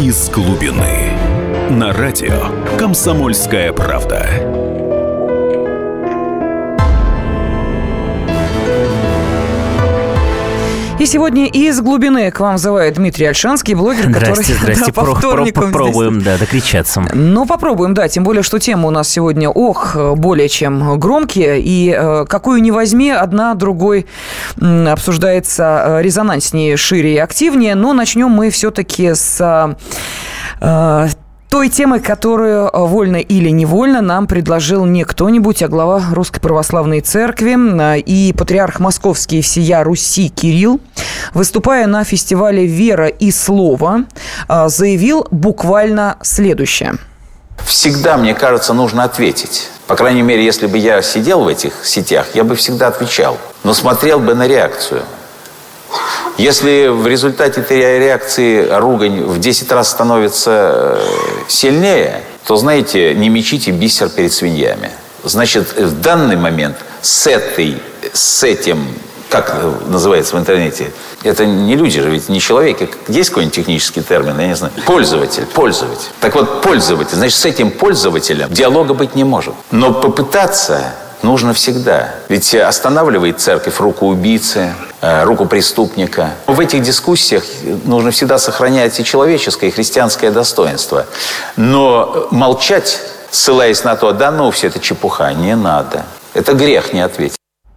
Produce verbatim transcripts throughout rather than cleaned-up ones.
из глубины. На радио «Комсомольская правда». И сегодня из глубины к вам взывает Дмитрий Альшанский, блогер, который... Здрасте, здрасте. Да, по Про- вторникам про- попробуем, здесь. да, докричаться. Ну, попробуем, да. Тем более, что темы у нас сегодня, ох, более чем громкие. И э, какую ни возьми, одна другой м, обсуждается резонанснее, шире и активнее. Но начнем мы все-таки с... Э, той темы, которую вольно или невольно нам предложил не кто-нибудь, а глава Русской Православной Церкви и патриарх Московский и всея Руси Кирилл, выступая на фестивале «Вера и слово», заявил буквально следующее. Всегда, мне кажется, нужно ответить. По крайней мере, если бы я сидел в этих сетях, я бы всегда отвечал, но смотрел бы на реакцию. Если в результате этой реакции ругань в десять раз становится сильнее, то, знаете, не мечите бисер перед свиньями. Значит, в данный момент с этой, с этим, как называется в интернете, это не люди же, ведь не человек. Есть какой-нибудь технический термин, я не знаю. Пользователь, пользователь. Так вот, пользователь, значит, с этим пользователем диалога быть не может. Но попытаться... нужно всегда. Ведь останавливает церковь руку убийцы, руку преступника. В этих дискуссиях нужно всегда сохранять и человеческое, и христианское достоинство. Но молчать, ссылаясь на то, да ну, все это чепуха, не надо. Это грех не ответить.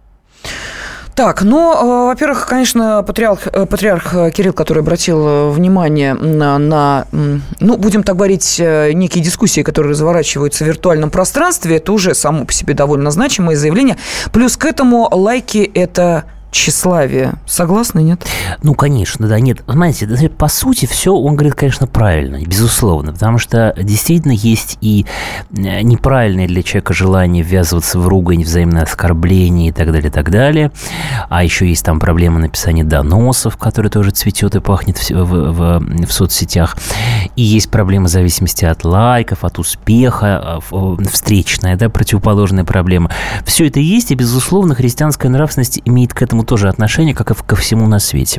Так, ну, во-первых, конечно, патриарх, патриарх Кирилл, который обратил внимание на, на, ну, будем так говорить, некие дискуссии, которые разворачиваются в виртуальном пространстве, это уже само по себе довольно значимое заявление. Плюс к этому лайки – это тщеславие. Согласны, нет? Ну, конечно, да. Нет, знаете, по сути, все он говорит, конечно, правильно, безусловно, потому что действительно есть и неправильное для человека желание ввязываться в ругань, взаимное оскорбление и так далее, и так далее. А еще есть там проблема написания доносов, которая тоже цветет и пахнет в, в, в, в соцсетях. И есть проблема зависимости от лайков, от успеха, встречная, да, противоположная проблема. Все это есть, и, безусловно, христианская нравственность имеет к этому тоже отношение, как и ко всему на свете.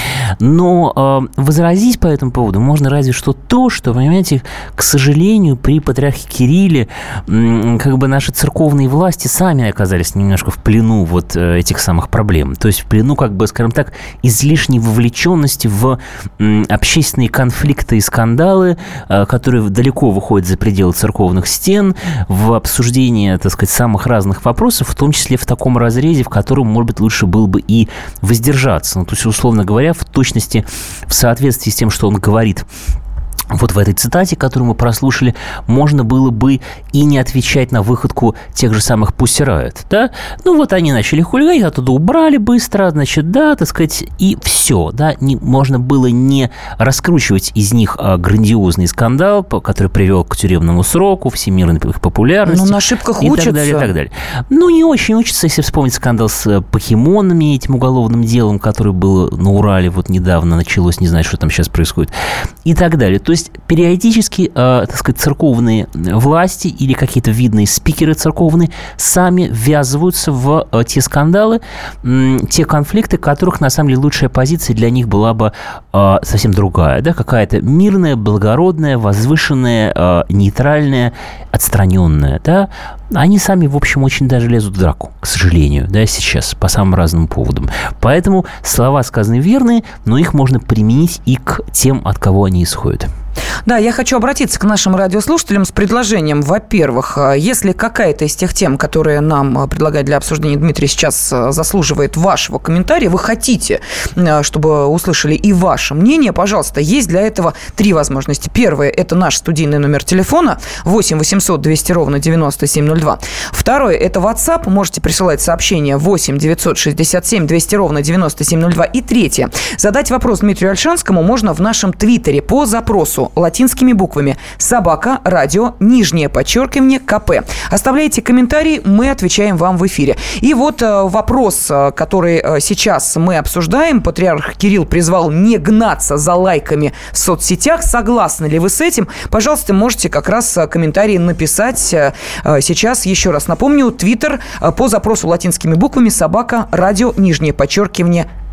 Но э, возразить по этому поводу можно разве что то, что, понимаете, к сожалению, при патриархе Кирилле э, как бы наши церковные власти сами оказались немножко в плену вот э, этих самых проблем. То есть в плену, как бы, скажем так, излишней вовлеченности в э, общественные конфликты и скандалы, э, которые далеко выходят за пределы церковных стен, в обсуждение, так сказать, самых разных вопросов, в том числе в таком разрезе, в котором, может быть, лучше было бы и воздержаться. Ну, то есть, условно говоря, в точности, в соответствии с тем, что он говорит вот в этой цитате, которую мы прослушали, можно было бы и не отвечать на выходку тех же самых Pussy Riot, да? Ну, вот они начали хулиганить, оттуда убрали быстро, значит, да, так сказать, и все, да, не, можно было не раскручивать из них а, грандиозный скандал, который привел к тюремному сроку, всемирной популярности. Ну, на ошибках и учатся. Так далее, и так далее. Ну, не очень учатся, если вспомнить скандал с покемонами, этим уголовным делом, которое было на Урале вот недавно началось, не знаю, что там сейчас происходит, и так далее. То есть периодически, э, так сказать, церковные власти или какие-то видные спикеры церковные сами ввязываются в э, те скандалы, э, те конфликты, которых, на самом деле, лучшая позиция для них была бы э, совсем другая, да, какая-то мирная, благородная, возвышенная, э, нейтральная, отстраненная, да. Они сами, в общем, очень даже лезут в драку, к сожалению, да, сейчас, по самым разным поводам. Поэтому слова сказаны верные, но их можно применить и к тем, от кого они исходят. Да, я хочу обратиться к нашим радиослушателям с предложением. Во-первых, если какая-то из тех тем, которые нам предлагает для обсуждения Дмитрий сейчас, заслуживает вашего комментария, вы хотите, чтобы услышали и ваше мнение, пожалуйста, есть для этого три возможности. Первое – это наш студийный номер телефона восемь восемьсот двести ровно девяносто семь ноль два. Второе – это WhatsApp. Можете присылать сообщение восемь девятьсот шестьдесят семь двести ровно девяносто семь ноль два. И третье – задать вопрос Дмитрию Альшанскому можно в нашем твиттере по запросу латинскими буквами собака радио нижнее подчеркивание КП. Оставляйте комментарии, мы отвечаем вам в эфире. И вот э, вопрос, э, который э, сейчас мы обсуждаем. Патриарх Кирилл призвал не гнаться за лайками в соцсетях. Согласны ли вы с этим? Пожалуйста, можете как раз э, комментарии написать э, э, сейчас. Еще раз напомню, твиттер э, по запросу латинскими буквами собака радио нижнее подчеркивание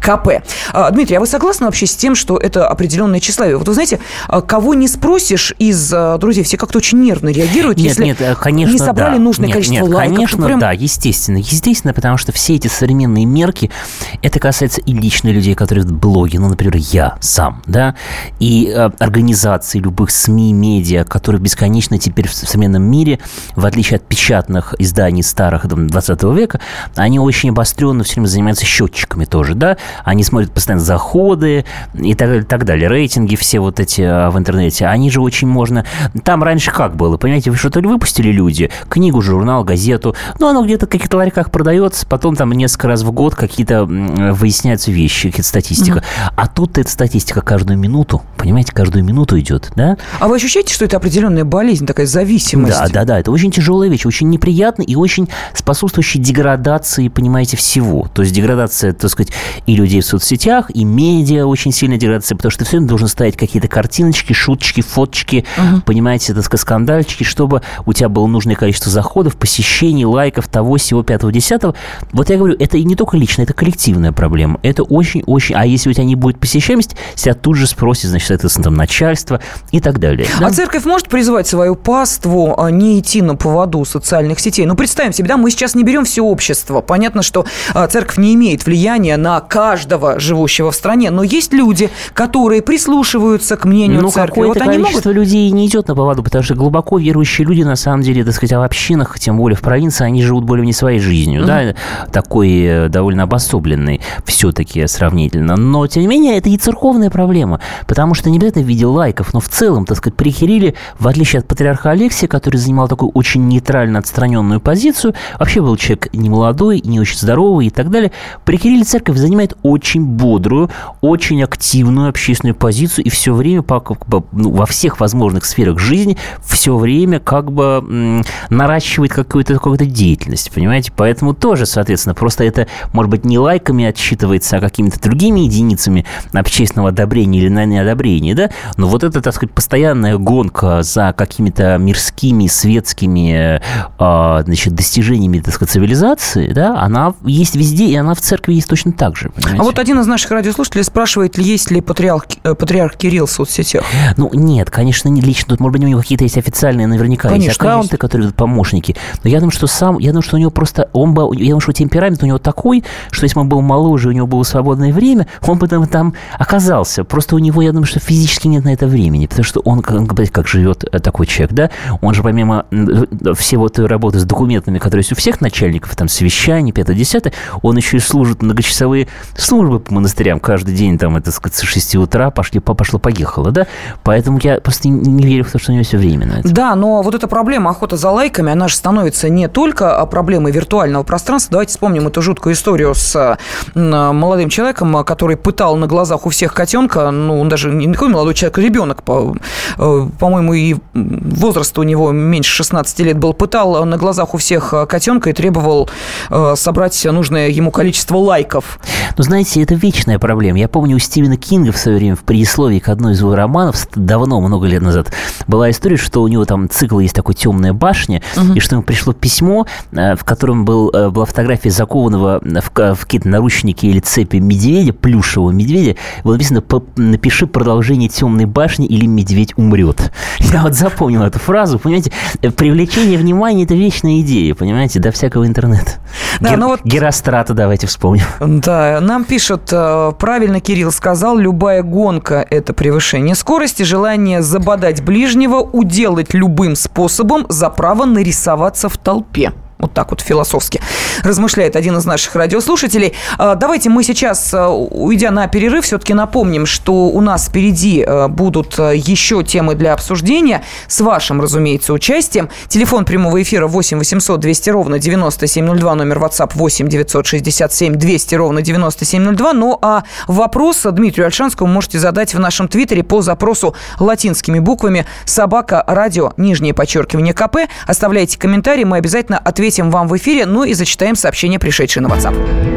ка пэ. Дмитрий, а вы согласны вообще с тем, что это определенное тщеславие? Вот вы знаете, кого не спросишь из друзей, все как-то очень нервно реагируют, нет, если нет, конечно, не собрали да. нужное нет, количество нет, лайков. Конечно, прям... да, естественно. Естественно, потому что все эти современные мерки, это касается и лично людей, которые в блоге, ну, например, я сам, да, и э, организаций любых СМИ, медиа, которые бесконечно теперь в современном мире, в отличие от печатных изданий старых там, двадцатого века, они очень обостренно все время занимаются счетчиками тоже, да, они смотрят постоянно заходы и так далее, так далее, рейтинги все вот эти в интернете, они же очень можно... Там раньше как было, понимаете, вы что-то выпустили люди, книгу, журнал, газету, ну, оно где-то в каких-то ларьках продается, потом там несколько раз в год какие-то выясняются вещи, какая-то статистика. Mm-hmm. А тут эта статистика каждую минуту, понимаете, каждую минуту идет, да? А вы ощущаете, что это определенная болезнь, такая зависимость? Да, да, да, это очень тяжелая вещь, очень неприятная и очень способствующая деградации, понимаете, всего. То есть деградация, так сказать, и людей в соцсетях, и медиа очень сильная деградация, потому что ты все время должен ставить какие-то картиночки, шуточки, фоточки, угу. понимаете, так сказать, скандальчики, чтобы у тебя было нужное количество заходов, посещений, лайков, того, сего, пятого, десятого. Вот я говорю, это и не только лично, это коллективная проблема. Это очень-очень... А если у тебя не будет посещаемости, тебя тут же спросит, значит, это там начальство и так далее. Да? А церковь может призвать свою паству не идти на поводу социальных сетей? Ну, представим себе, да, мы сейчас не берем все общество. Понятно, что церковь не имеет влияния на каждого живущего в стране, но есть люди, которые прислушиваются к мнению ну, церкви. Вот они количество могут... людей не идет на поводу, потому что глубоко верующие люди, на самом деле, так сказать, в общинах, тем более в провинции, они живут более-менее своей жизнью, mm-hmm. да, такой довольно обособленный все-таки сравнительно. Но, тем не менее, это и церковная проблема, потому что не обязательно в виде лайков, но в целом, так сказать, прихерили, в отличие от патриарха Алексия, который занимал такую очень нейтрально отстраненную позицию, вообще был человек не молодой, не очень здоровый и так далее, прихерили церковь занимает очень бодрую, очень активную общественную позицию и все время по, по, ну, во всех возможных сферах жизни все время как бы м, наращивает какую-то, какую-то деятельность, понимаете? Поэтому тоже, соответственно, просто это, может быть, не лайками отсчитывается, а какими-то другими единицами общественного одобрения или на неодобрения, да? Но вот эта, так сказать, постоянная гонка за какими-то мирскими, светскими, э, значит, достижениями, так сказать, цивилизации, да, она есть везде, и она в церкви есть точно так же, понимаете? А вот один из наших радиослушателей спрашивает, есть ли патриарх, патриарх Кирилл в соцсетях? Ну, нет, конечно, не лично. Тут, может быть, у него какие-то есть официальные, наверняка, конечно, есть аккаунты, есть. Которые идут помощники. Но я думаю, что сам, я думаю, что у него просто, он был, я думаю, что темперамент у него такой, что если бы он был моложе, у него было свободное время, он бы там, там оказался. Просто у него, я думаю, что физически нет на это времени, потому что он, как, как живет такой человек, да, он же помимо всего той работы с документами, которые есть у всех начальников, там, совещаний, пятое-десятое, он еще и служит многочасовые службы по монастырям каждый день, там, это, так сказать, с шести утра пошли, пошло-поехало, да, поэтому я просто не верю в то, что у него все время на это. Да, но вот эта проблема охота за лайками, она же становится не только проблемой виртуального пространства. Давайте вспомним эту жуткую историю с молодым человеком, который пытал на глазах у всех котенка, ну, он даже не такой молодой человек, а ребенок, по, по-моему, и возраст у него меньше шестнадцати лет был, пытал на глазах у всех котенка и требовал собрать нужное ему количество лайков. Ну, знаете, это вечная проблема. Я помню, у Стивена Кинга в свое время в предисловии к одной из его романов, давно, много лет назад, была история, что у него там цикл есть такой «Темная башня», угу. и что ему пришло письмо, в котором был, была фотография закованного в, в какие-то наручники или цепи медведя, плюшевого медведя. Было написано: «Напиши продолжение «Темной башни» или медведь умрет». Я вот запомнил эту фразу, понимаете? Привлечение внимания – это вечная идея, понимаете, до всякого интернета. Да, Гер... ну вот... Герострата давайте вспомним. Да, нам пишут, правильно Кирилл сказал, любая гонка – это превышение скорости, желание забодать ближнего, уделать любым способом за право нарисоваться в толпе. Вот так вот философски размышляет один из наших радиослушателей. Давайте мы сейчас, уйдя на перерыв, все-таки напомним, что у нас впереди будут еще темы для обсуждения с вашим, разумеется, участием. Телефон прямого эфира восемь восемьсот двести ровно девяносто семь ноль два, номер WhatsApp восемь девятьсот шестьдесят семь двести ровно девяносто семь ноль два. Ну а вопрос Дмитрию Ольшанскому можете задать в нашем твиттере по запросу латинскими буквами собака радио, нижнее подчеркивание ка пэ. Оставляйте комментарии, мы обязательно ответим вам в эфире, ну и зачитаем сообщения, пришедшие на WhatsApp.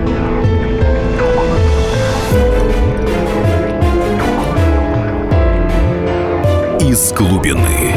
Из глубины.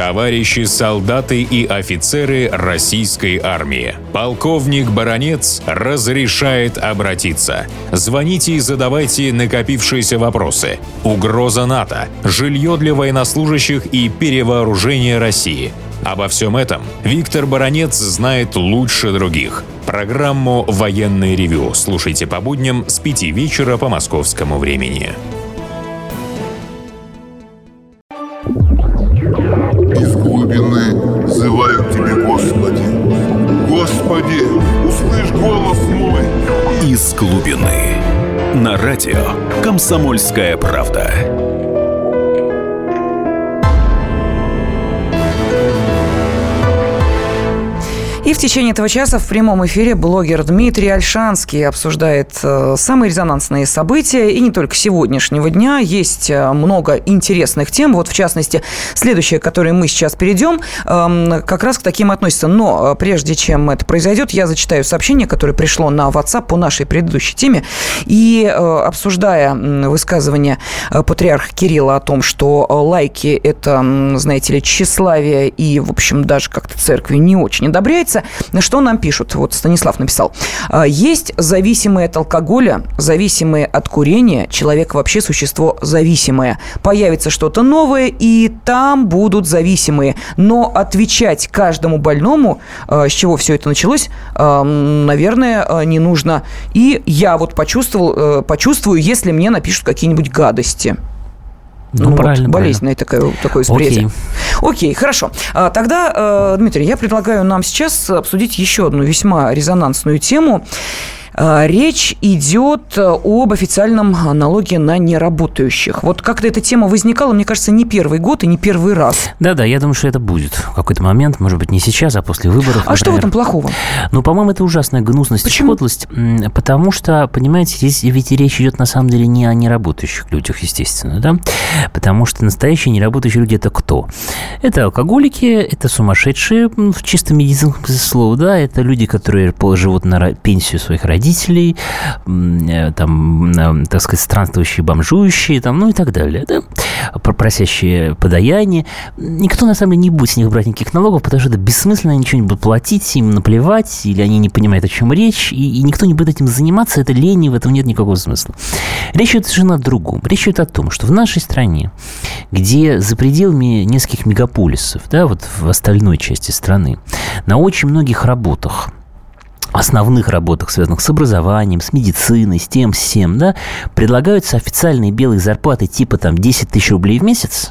Товарищи солдаты и офицеры российской армии, полковник Баранец разрешает обратиться. Звоните и задавайте накопившиеся вопросы. Угроза НАТО, жилье для военнослужащих и перевооружение России. Обо всем этом Виктор Баранец знает лучше других. Программу «Военное ревю» слушайте по будням с пяти вечера по московскому времени. Из глубины взываю к Тебе, Господи. Господи, услышь голос мой. Из глубины. На радио «Комсомольская правда». И в течение этого часа в прямом эфире блогер Дмитрий Ольшанский обсуждает э, самые резонансные события, и не только сегодняшнего дня. Есть э, много интересных тем. Вот, в частности, следующее, к которой мы сейчас перейдем, э, как раз к таким относится. Но э, прежде чем это произойдет, я зачитаю сообщение, которое пришло на WhatsApp по нашей предыдущей теме. И, э, обсуждая э, высказывание э, патриарха Кирилла о том, что э, лайки – это, э, знаете ли, тщеславие и, в общем, даже как-то церкви не очень одобряется, что нам пишут? Вот Станислав написал. Есть зависимые от алкоголя, зависимые от курения. Человек вообще существо зависимое. Появится что-то новое, и там будут зависимые. Но отвечать каждому больному, с чего все это началось, наверное, не нужно. И я вот почувствовал, почувствую, если мне напишут какие-нибудь гадости. Ну, ну правильно, вот, болезненное такое, такое восприятие. Окей. Окей, хорошо. А, тогда, Дмитрий, я предлагаю нам сейчас обсудить еще одну весьма резонансную тему. Речь идет об официальном налоге на неработающих. Вот как-то эта тема возникала, мне кажется, не первый год и не первый раз. Да-да, я думаю, что это будет в какой-то момент, может быть, не сейчас, а после выборов. А например. Что в этом плохого? Ну, по-моему, это ужасная гнусность. Почему? И подлость, потому что, понимаете, здесь ведь речь идет на самом деле не о неработающих людях, естественно, да? Потому что настоящие неработающие люди – это кто? Это алкоголики, это сумасшедшие, в чисто медицинском смысле слова, да? Это люди, которые живут на пенсию своих родителей, родителей, там, так сказать, странствующие, бомжующие, там, ну и так далее, да? Просящие подаяние. Никто, на самом деле, не будет с них брать никаких налогов, потому что это бессмысленно, они ничего не будут платить, им наплевать, или они не понимают, о чем речь, и, и никто не будет этим заниматься, это лень, и в этом нет никакого смысла. Речь идет совершенно о другом. Речь идет о том, что в нашей стране, где за пределами нескольких мегаполисов, да, вот в остальной части страны, на очень многих работах, основных работах, связанных с образованием, с медициной, с тем, с сем, да, предлагаются официальные белые зарплаты типа там десять тысяч рублей в месяц,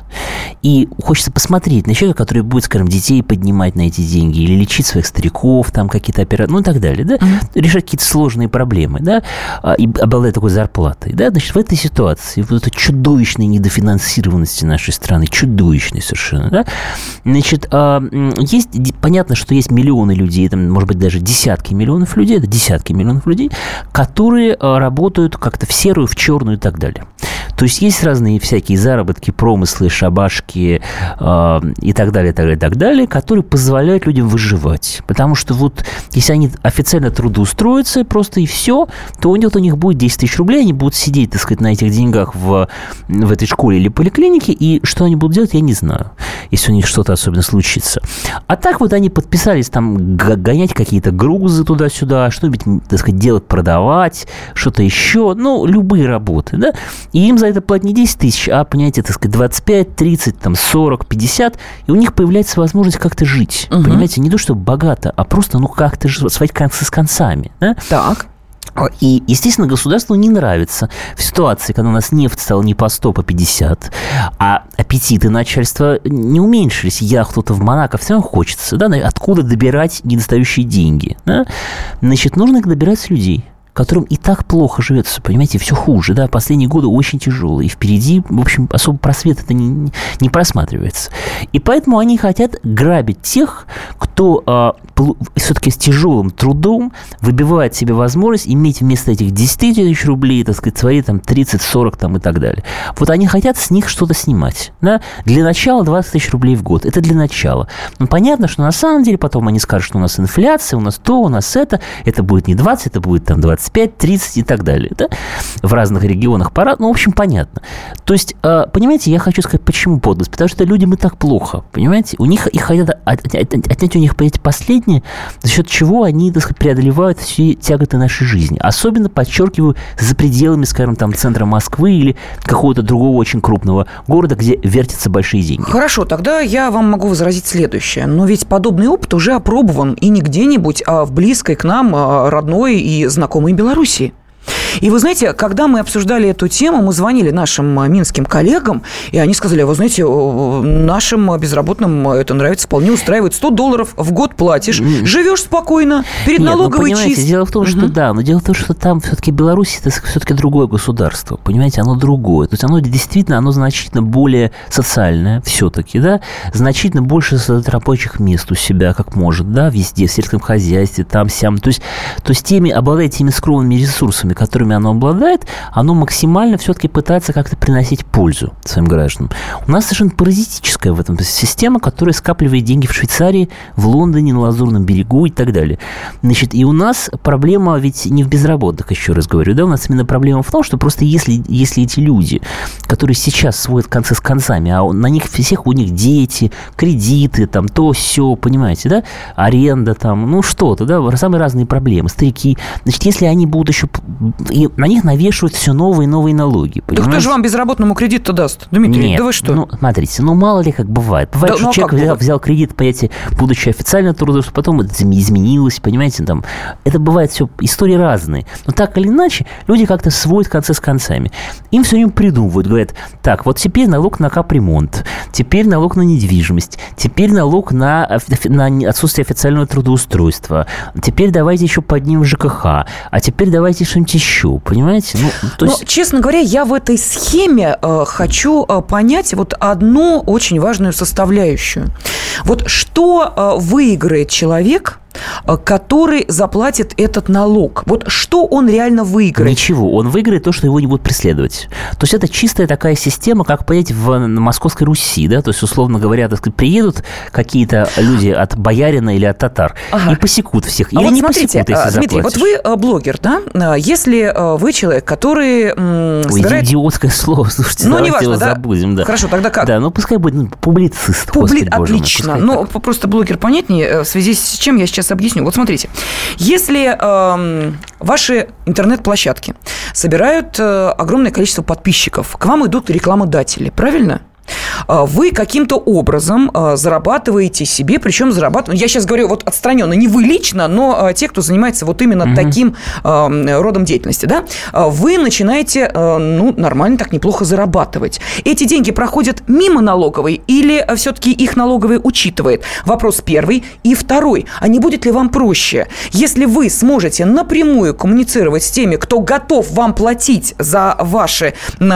и хочется посмотреть на человека, который будет, скажем, детей поднимать на эти деньги или лечить своих стариков, там какие-то операции, ну и так далее, да, uh-huh. решать какие-то сложные проблемы, да, и обладать такой зарплатой, да, значит, в этой ситуации, вот этой чудовищной недофинансированности нашей страны, чудовищной совершенно, да, значит, есть, понятно, что есть миллионы людей, там, может быть, даже десятки миллионов людей, это десятки миллионов людей, которые работают как-то в серую, в черную и так далее. То есть есть разные всякие заработки, промыслы, шабашки э, и так далее, так далее, так далее, которые позволяют людям выживать. Потому что вот если они официально трудоустроятся просто и все, то у них, у них будет десять тысяч рублей, они будут сидеть, так сказать, на этих деньгах в, в этой школе или поликлинике, и что они будут делать, я не знаю, если у них что-то особенно случится. А так вот они подписались там гонять какие-то грузы туда-сюда, что-нибудь, так сказать, делать, продавать, что-то еще, ну, любые работы, да, и им за это платят не десять тысяч, а, понимаете, так сказать, двадцать пять, тридцать, там, сорок, пятьдесят, и у них появляется возможность как-то жить, угу. понимаете, не то, что богато, а просто, ну, как-то сводить концы с концами, да? Так. И, естественно, государству не нравится в ситуации, когда у нас нефть стала не по сто, по пятьдесят, а аппетиты начальства не уменьшились. Яхту-то в Монако все равно хочется, да? Откуда добирать недостающие деньги? Да? Значит, нужно их добирать с людей, которым и так плохо живется, понимаете, все хуже, да, последние годы очень тяжелые, и впереди, в общем, особо просвет это не, не просматривается. И поэтому они хотят грабить тех, кто а, все-таки с тяжелым трудом выбивает себе возможность иметь вместо этих десять тысяч рублей, так сказать, свои там тридцать, сорок там и так далее. Вот они хотят с них что-то снимать, да, для начала двадцать тысяч рублей в год, это для начала. Но понятно, что на самом деле потом они скажут, что у нас инфляция, у нас то, у нас это, это будет не двадцать, это будет там двадцать двадцать пять, тридцать и так далее. Да? В разных регионах пора. Ну, в общем, понятно. То есть, понимаете, я хочу сказать, почему подлость? Потому что людям и так плохо. Понимаете? У них их хотят отнять у них эти последние, за счет чего они, так сказать, преодолевают все тяготы нашей жизни. Особенно, подчеркиваю, за пределами, скажем, там, центра Москвы или какого-то другого очень крупного города, где вертятся большие деньги. Хорошо, тогда я вам могу возразить следующее. Но ведь подобный опыт уже опробован и не где-нибудь, а в близкой к нам родной и знакомой Белоруссии. И вы знаете, когда мы обсуждали эту тему, мы звонили нашим минским коллегам, и они сказали, вы знаете, нашим безработным это нравится, вполне устраивает. сто долларов в год платишь, живешь спокойно, перед Нет, налоговой ну, чист. Дело в том, что угу. да, но дело в том, что там все-таки Беларусь это все-таки другое государство, понимаете, оно другое. То есть оно действительно, оно значительно более социальное все-таки, да, значительно больше создает рабочих мест у себя, как может, да, везде, в сельском хозяйстве, там, сям. То есть, то есть теми, обладает теми скромными ресурсами, которыми оно обладает, оно максимально все-таки пытается как-то приносить пользу своим гражданам. У нас совершенно паразитическая в этом система, которая скапливает деньги в Швейцарии, в Лондоне, на Лазурном берегу и так далее. Значит, и у нас проблема ведь не в безработных, еще раз говорю, да, у нас именно проблема в том, что просто если, если эти люди, которые сейчас сводят концы с концами, а на них всех у них дети, кредиты, там, то, сё, понимаете, да, аренда, там, ну, что-то, да, самые разные проблемы, старики, значит, если они будут еще... И на них навешивают все новые и новые налоги. Понимаете? Да кто же вам безработному кредит-то даст, Дмитрий? Нет, да вы что? Ну, смотрите, ну мало ли как бывает. Бывает, да, что ну, человек взял, взял кредит, понимаете, будучи официально трудоустроенным, потом это изменилось, понимаете, там. Это бывает все, истории разные. Но так или иначе, люди как-то сводят концы с концами. Им все время придумывают, говорят, так, вот теперь налог на капремонт, теперь налог на недвижимость, теперь налог на, на отсутствие официального трудоустройства, теперь давайте еще поднимем ЖКХ, а теперь давайте что-нибудь еще. Понимаете? Ну, то есть... Но, честно говоря, я в этой схеме э, хочу э, понять вот одну очень важную составляющую. Вот что э, выиграет человек, который заплатит этот налог. Вот что он реально выиграет? Ничего. Он выиграет то, что его не будут преследовать. То есть это чистая такая система, как, понимаете, в Московской Руси, да, то есть, условно говоря, так сказать, приедут какие-то люди от боярина или от татар ага. и посекут всех. Или а вот не смотрите, посекут, если Дмитрий, заплатишь. вот вы блогер, да? Если вы человек, который м, Ой, собирает... идиотское слово, слушайте, ну, давайте неважно, его да? забудем. Да. Хорошо, тогда как? Да, ну пускай будет ну, публицист. Публи... Господи, Отлично. Боже мой, ну, просто блогер понятнее, в связи с чем я сейчас объясню. Вот смотрите, если э, ваши интернет-площадки собирают э, огромное количество подписчиков, к вам идут рекламодатели, правильно? Вы каким-то образом зарабатываете себе, причем зарабатываете, я сейчас говорю вот отстраненно, не вы лично, но те, кто занимается вот именно угу. таким э, родом деятельности, да, вы начинаете, э, ну, нормально так неплохо зарабатывать. Эти деньги проходят мимо налоговой или все-таки их налоговая учитывает? Вопрос первый. И второй. А не будет ли вам проще, если вы сможете напрямую коммуницировать с теми, кто готов вам платить за ваши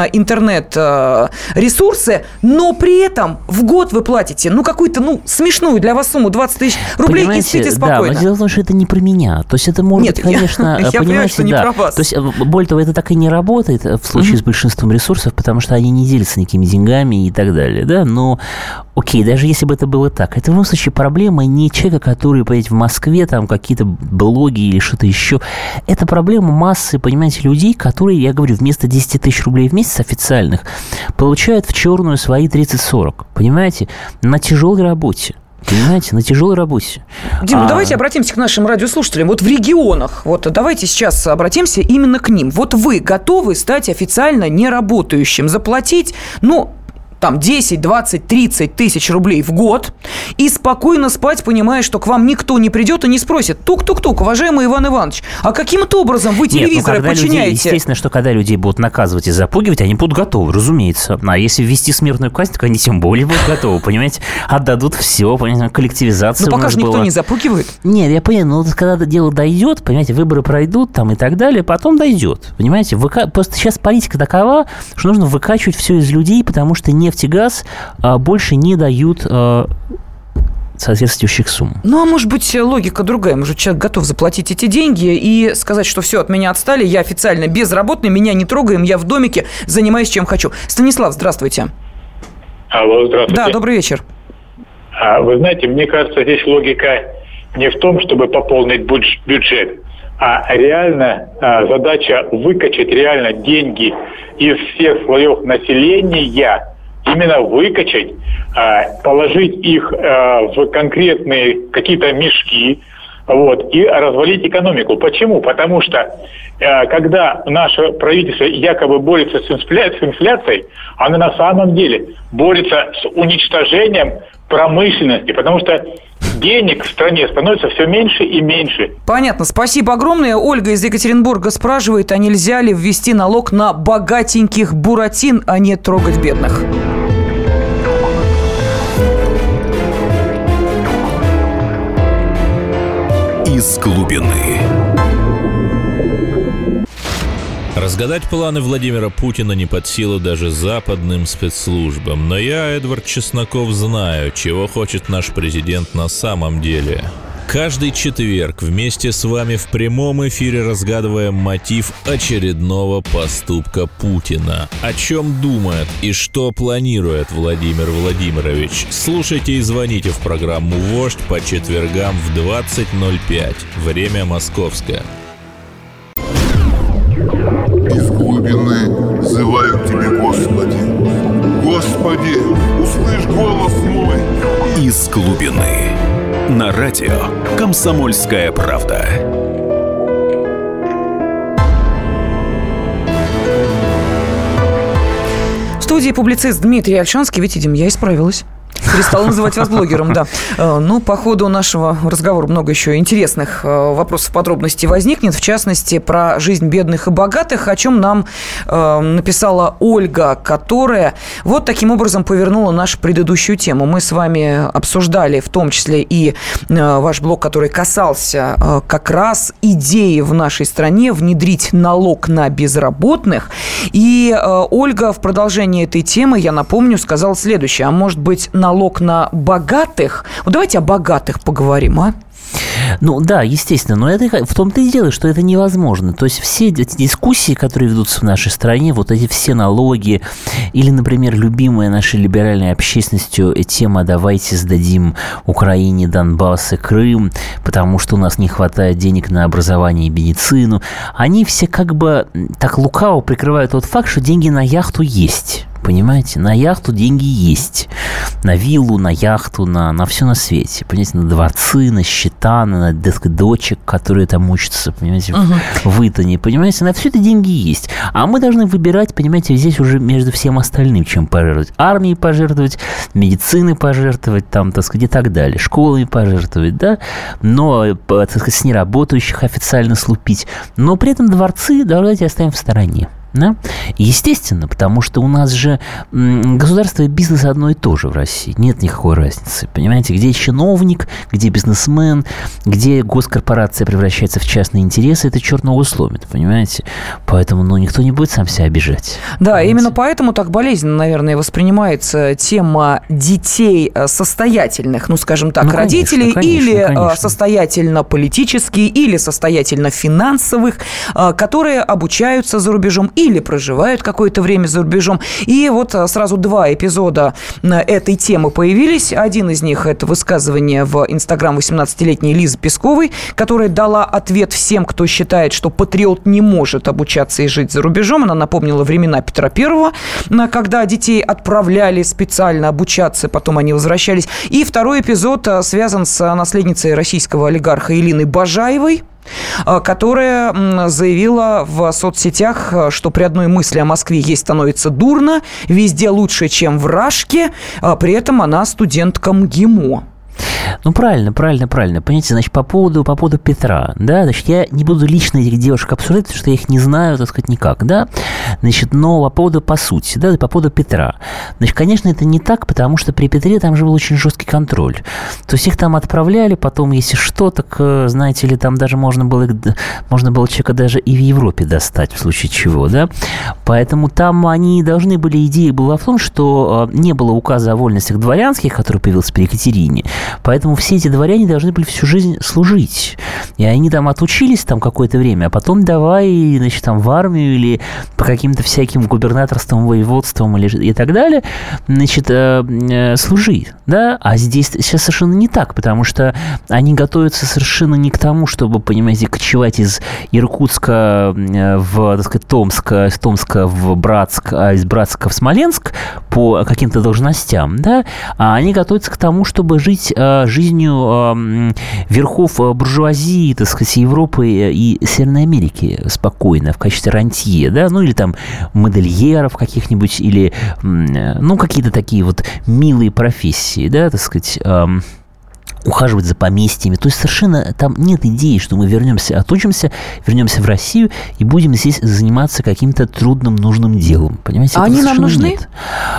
интернет-ресурсы, но при этом в год вы платите, ну, какую-то, ну, смешную для вас сумму двадцать тысяч рублей. Понимаете, и спите спокойно. Да, но дело в том, что это не про меня. То есть это может Нет, быть, конечно, я, я понимаю, что не да. про вас. То есть, более того, это так и не работает в случае uh-huh. с большинством ресурсов, потому что они не делятся никакими деньгами и так далее, да, но окей, даже если бы это было так, это в любом случае проблема не человека, который, понимаете, в Москве, там, какие-то блоги или что-то еще. Это проблема массы, понимаете, людей, которые, я говорю, вместо десять тысяч рублей в месяц официальных получают в черную свои тридцать-сорок, понимаете, на тяжелой работе. Понимаете, на тяжелой работе. Дим, ну а... давайте обратимся к нашим радиослушателям. Вот в регионах, вот давайте сейчас обратимся именно к ним. Вот вы готовы стать официально неработающим, заплатить, ну, там, десять, двадцать, тридцать тысяч рублей в год и спокойно спать, понимая, что к вам никто не придет и не спросит: тук-тук-тук, уважаемый Иван Иванович, а каким-то образом вы телевизоры Нет, ну, подчиняете? Людей, естественно, что когда людей будут наказывать и запугивать, они будут готовы, разумеется. А если ввести смертную казнь, то они тем более будут готовы, понимаете? Отдадут все, понимаете, коллективизация. Но пока же никто была. не запугивает. Нет, я понимаю, но когда дело дойдет, понимаете, выборы пройдут там и так далее, потом дойдет, понимаете? Выка... Просто сейчас политика такова, что нужно выкачивать все из людей, потому что нефть и газ а, больше не дают а, соответствующих сумм. Ну, а может быть, логика другая. Может, человек готов заплатить эти деньги и сказать, что все, от меня отстали, я официально безработный, меня не трогаем, я в домике, занимаюсь чем хочу. Станислав, здравствуйте. Алло, здравствуйте. Да, добрый вечер. А, вы знаете, мне кажется, здесь логика не в том, чтобы пополнить бюджет, А реально а, задача выкачать реально деньги из всех слоев населения, именно выкачать, а, положить их а, в конкретные какие-то мешки, вот, и развалить экономику. Почему? Потому что э, когда наше правительство якобы борется с, инфля... с инфляцией, оно на самом деле борется с уничтожением промышленности, потому что денег в стране становится все меньше и меньше. Понятно. Спасибо огромное. Ольга из Екатеринбурга спрашивает, а нельзя ли ввести налог на богатеньких буратин, а не трогать бедных? Из глубины. Разгадать планы Владимира Путина не под силу даже западным спецслужбам. Но я, Эдвард Чесноков, знаю, чего хочет наш президент на самом деле. Каждый четверг вместе с вами в прямом эфире разгадываем мотив очередного поступка Путина. О чем думает и что планирует Владимир Владимирович? Слушайте и звоните в программу «Вождь» по четвергам в двадцать ноль пять. Время московское. Из глубины взываю к Тебе, Господи. Господи, услышь голос мой. Из глубины. На радио «Комсомольская правда». В студии публицист Дмитрий Ольшанский. Видите, Дим, я исправилась. Перестала называть вас блогером, да. Ну, по ходу нашего разговора много еще интересных вопросов, подробностей возникнет. В частности, про жизнь бедных и богатых, о чем нам э, написала Ольга, которая вот таким образом повернула нашу предыдущую тему. Мы с вами обсуждали в том числе и э, ваш блог, который касался э, как раз идеи в нашей стране внедрить налог на безработных. И э, Ольга в продолжении этой темы, я напомню, сказала следующее. А может быть, налог на богатых? Вот давайте о богатых поговорим, а? Ну да, естественно, но это в том-то и дело, что это невозможно. То есть все эти дискуссии, которые ведутся в нашей стране, вот эти все налоги, или, например, любимая нашей либеральной общественностью тема «давайте сдадим Украине Донбасс и Крым, потому что у нас не хватает денег на образование и медицину», они все как бы так лукаво прикрывают тот факт, что деньги на яхту есть. Понимаете, на яхту деньги есть. На виллу, на яхту, на, на все на свете. Понимаете, на дворцы, на счета, на дочек, которые там учатся, понимаете, uh-huh. в Итоне. Понимаете, на все это деньги есть. А мы должны выбирать, понимаете, здесь уже между всем остальным, чем пожертвовать. Армией пожертвовать, медициной пожертвовать, там, так сказать, и так далее. Школами пожертвовать, да. Но, так сказать, с неработающих официально слупить. Но при этом дворцы давайте оставим в стороне. Да? Естественно, потому что у нас же государство и бизнес одно и то же в России. Нет никакой разницы. Понимаете, где чиновник, где бизнесмен, где госкорпорация превращается в частные интересы, это черт ногу сломит, понимаете? Поэтому ну, никто не будет сам себя обижать. Да, понимаете? Именно поэтому так болезненно, наверное, воспринимается тема детей состоятельных, ну, скажем так, ну, конечно, родителей, конечно, или конечно. состоятельно политические, или состоятельно финансовых, которые обучаются за рубежом и или проживают какое-то время за рубежом. И вот сразу два эпизода этой темы появились. Один из них – это высказывание в Инстаграм восемнадцатилетней Лизы Песковой, которая дала ответ всем, кто считает, что патриот не может обучаться и жить за рубежом. Она напомнила времена Петра Первого, когда детей отправляли специально обучаться, потом они возвращались. И второй эпизод связан с наследницей российского олигарха Элиной Бажаевой, которая заявила в соцсетях, что при одной мысли о Москве ей становится дурно, везде лучше, чем в Рашке, при этом она студентка МГИМО. Ну, правильно, правильно, правильно. Понимаете, значит, по поводу, по поводу Петра, да, значит, я не буду лично этих девушек обсуждать, потому что я их не знаю, так сказать, никак, да, значит, но по поводу, по сути, да, по поводу Петра, значит, конечно, это не так, потому что при Петре там же был очень жесткий контроль. То есть их там отправляли, потом, если что, так, знаете ли, там даже можно было, можно было человека даже и в Европе достать, в случае чего, да, поэтому там они должны были, идея была в том, что не было указа о вольностях дворянских, который появился при Екатерине, поэтому Поэтому все эти дворяне должны были всю жизнь служить. И они там отучились там какое-то время, а потом давай, значит, там в армию или по каким-то всяким губернаторствам, воеводствам или, и так далее, значит, э, э, служи, да? А здесь сейчас совершенно не так, потому что они готовятся совершенно не к тому, чтобы, понимаете, кочевать из Иркутска в, так сказать, Томск, из Томска в Братск, а из Братска в Смоленск по каким-то должностям, да? А они готовятся к тому, чтобы жить э, жизнью э, верхов буржуазии, так сказать, Европы и Северной Америки спокойно в качестве рантье, да, ну или там модельеров каких-нибудь, или, ну, какие-то такие вот милые профессии, да, так сказать, эм, ухаживать за поместьями. То есть совершенно там нет идеи, что мы вернемся, отучимся, вернемся в Россию и будем здесь заниматься каким-то трудным, нужным делом. Понимаете? А они нам нужны? Нет.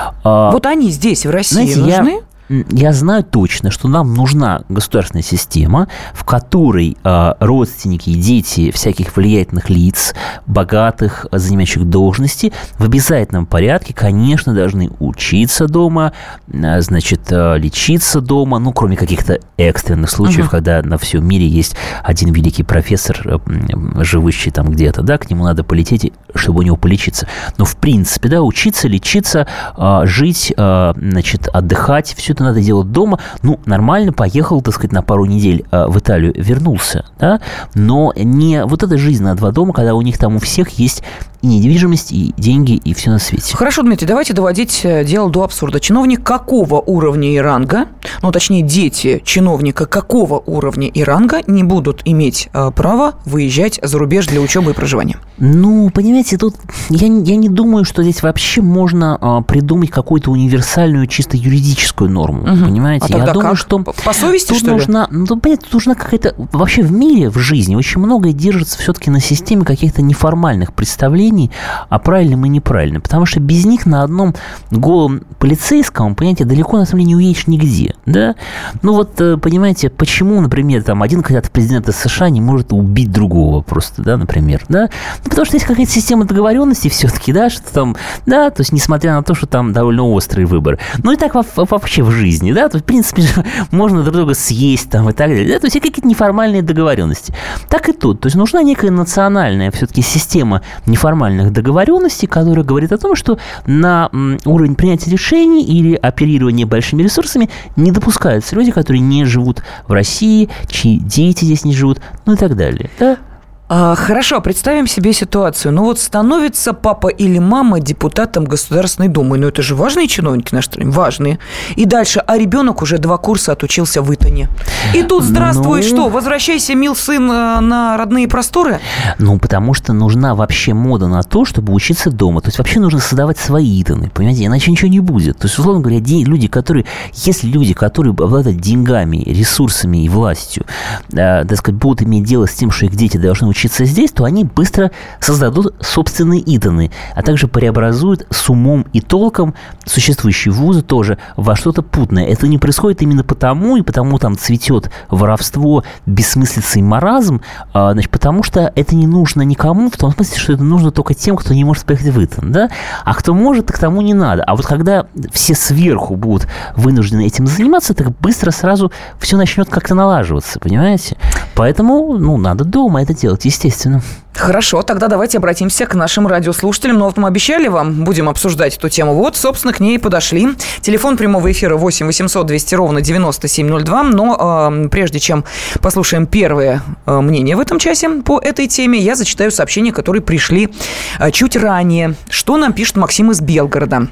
А, вот они здесь, в России, знаете, нужны? Я... Я знаю точно, что нам нужна государственная система, в которой э, родственники и дети всяких влиятельных лиц, богатых, занимающих должности, в обязательном порядке, конечно, должны учиться дома, э, значит, э, лечиться дома, ну, кроме каких-то экстренных случаев, uh-huh. когда на всем мире есть один великий профессор, э, живущий там где-то, да, к нему надо полететь, чтобы у него полечиться. Но, в принципе, да, учиться, лечиться, э, жить, э, значит, отдыхать, все это надо делать дома. Ну, нормально, поехал, так сказать, на пару недель э, в Италию, вернулся, да, но не вот эта жизнь на два дома, когда у них там у всех есть и недвижимость, и деньги, и все на свете. Хорошо, Дмитрий, давайте доводить дело до абсурда. Чиновник какого уровня и ранга, ну, точнее, дети чиновника какого уровня и ранга не будут иметь э, права выезжать за рубеж для учебы и проживания? Ну, понимаете, тут я, я не думаю, что здесь вообще можно э, придумать какую-то универсальную, чисто юридическую норму, угу. понимаете? А тогда я думаю, как? что по совести, тут что нужна, ли? Ну, понятно, тут нужна какая-то... Вообще в мире, в жизни очень многое держится все-таки на системе каких-то неформальных представлений о правильном и неправильном. Потому что без них на одном голом полицейском, понимаете, далеко на самом деле не уедешь нигде. Да? Ну вот, понимаете, почему, например, там один кандидат в президенты США не может убить другого просто, да, например, да? Ну, потому что есть какая-то система договоренностей все-таки, да, что там, да, то есть несмотря на то, что там довольно острый выбор. Ну и так вообще в жизни, да, то в принципе можно друг друга съесть там и так далее, да, то есть есть какие-то неформальные договоренности. Так и тут, то есть нужна некая национальная все-таки система неформальных договоренностей, которая говорит о том, что на уровень принятия решений или оперирования большими ресурсами не допускаются люди, которые не живут в России, чьи дети здесь не живут, ну и так далее, да? Хорошо, представим себе ситуацию. Ну вот становится папа или мама депутатом Государственной Думы. Ну это же важные чиновники нашей страны, важные. И дальше, а ребенок уже два курса отучился в Итоне. И тут здравствуй, ну... что, возвращайся, мил сын, на родные просторы? Ну, потому что нужна вообще мода на то, чтобы учиться дома. То есть вообще нужно создавать свои Итоны, понимаете, иначе ничего не будет. То есть, условно говоря, люди, которые, если люди, которые обладают деньгами, ресурсами и властью, э, так сказать, будут иметь дело с тем, что их дети должны учиться здесь, то они быстро создадут собственные Итоны, а также преобразуют с умом и толком существующие вузы тоже во что-то путное. Это не происходит именно потому, и потому там цветет воровство, бессмыслица и маразм, а, значит, потому что это не нужно никому, в том смысле, что это нужно только тем, кто не может поехать в Итон, да? А кто может, так тому не надо. А вот когда все сверху будут вынуждены этим заниматься, так быстро сразу все начнет как-то налаживаться, понимаете? Поэтому, ну, надо дома это делать, естественно. Хорошо, тогда давайте обратимся к нашим радиослушателям. Ну, вот мы обещали вам, будем обсуждать эту тему. Вот, собственно, к ней и подошли. Телефон прямого эфира восемь восемьсот двести ровно девяносто семь ноль два. Но э, прежде чем послушаем первое э, мнение в этом часе по этой теме, я зачитаю сообщения, которые пришли э, чуть ранее. Что нам пишет Максим из Белгорода?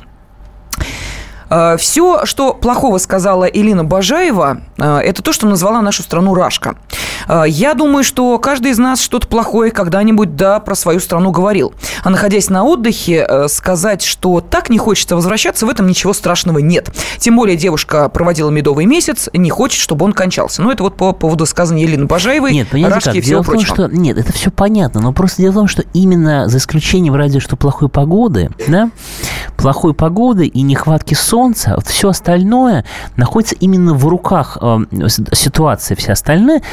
Все, что плохого сказала Элина Бажаева, это то, что назвала нашу страну Рашка. Я думаю, что каждый из нас что-то плохое когда-нибудь, да, про свою страну говорил. А находясь на отдыхе, сказать, что так не хочется возвращаться, в этом ничего страшного нет. Тем более девушка проводила медовый месяц, не хочет, чтобы он кончался. Ну, это вот по поводу сказания Елены Бажаевой, нет, Рашки как? И всего прочего. Что, нет, это все понятно, но просто дело в том, что именно за исключением разве что плохой погоды, да, плохой погоды и нехватки солнца, солнца, все остальное находится именно в руках, э, ситуация вся остальная находится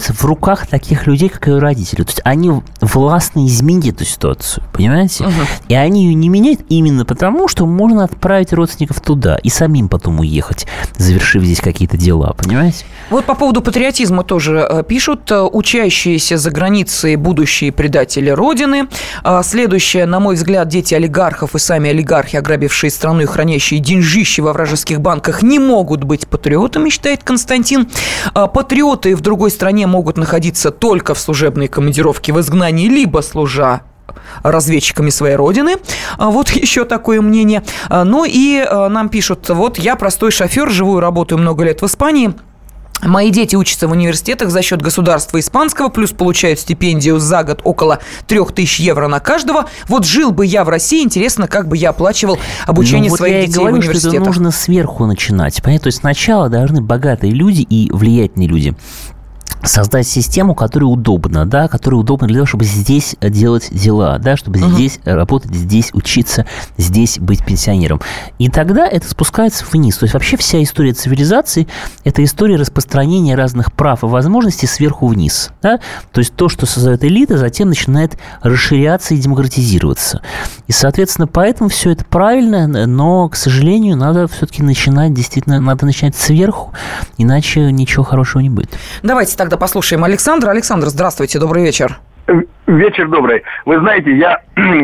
находится в руках таких людей, как ее родители. То есть они властно изменить эту ситуацию, понимаете? Угу. И они ее не меняют именно потому, что можно отправить родственников туда и самим потом уехать, завершив здесь какие-то дела, понимаете? Вот по поводу патриотизма тоже пишут. Учащиеся за границей будущие предатели Родины. Следующее, на мой взгляд, дети олигархов и сами олигархи, ограбившие страну и хранящие деньжищи во вражеских банках, не могут быть патриотами, считает Константин. Патриоты в другой стране могут находиться только в служебной командировке в изгнании, либо служа разведчиками своей родины. Вот еще такое мнение. Ну и нам пишут, вот я простой шофер, живу и работаю много лет в Испании. Мои дети учатся в университетах за счет государства испанского, плюс получают стипендию за год около трех тысяч евро на каждого. Вот жил бы я в России, интересно, как бы я оплачивал обучение ну, своих вот детей говорю, в университетах. Что это нужно сверху начинать. Понятно? То есть сначала должны богатые люди и влиятельные люди создать систему, которая удобна, да, которая удобна для того, чтобы здесь делать дела, да, чтобы uh-huh. здесь работать, здесь учиться, здесь быть пенсионером. И тогда это спускается вниз. То есть вообще вся история цивилизации – это история распространения разных прав и возможностей сверху вниз. Да? То есть то, что создает элита, затем начинает расширяться и демократизироваться. И, соответственно, поэтому все это правильно, но, к сожалению, надо все-таки начинать, действительно, надо начинать сверху, иначе ничего хорошего не будет. Давайте тогда послушаем Александра. Александр, здравствуйте, добрый вечер. Вечер добрый. Вы знаете, я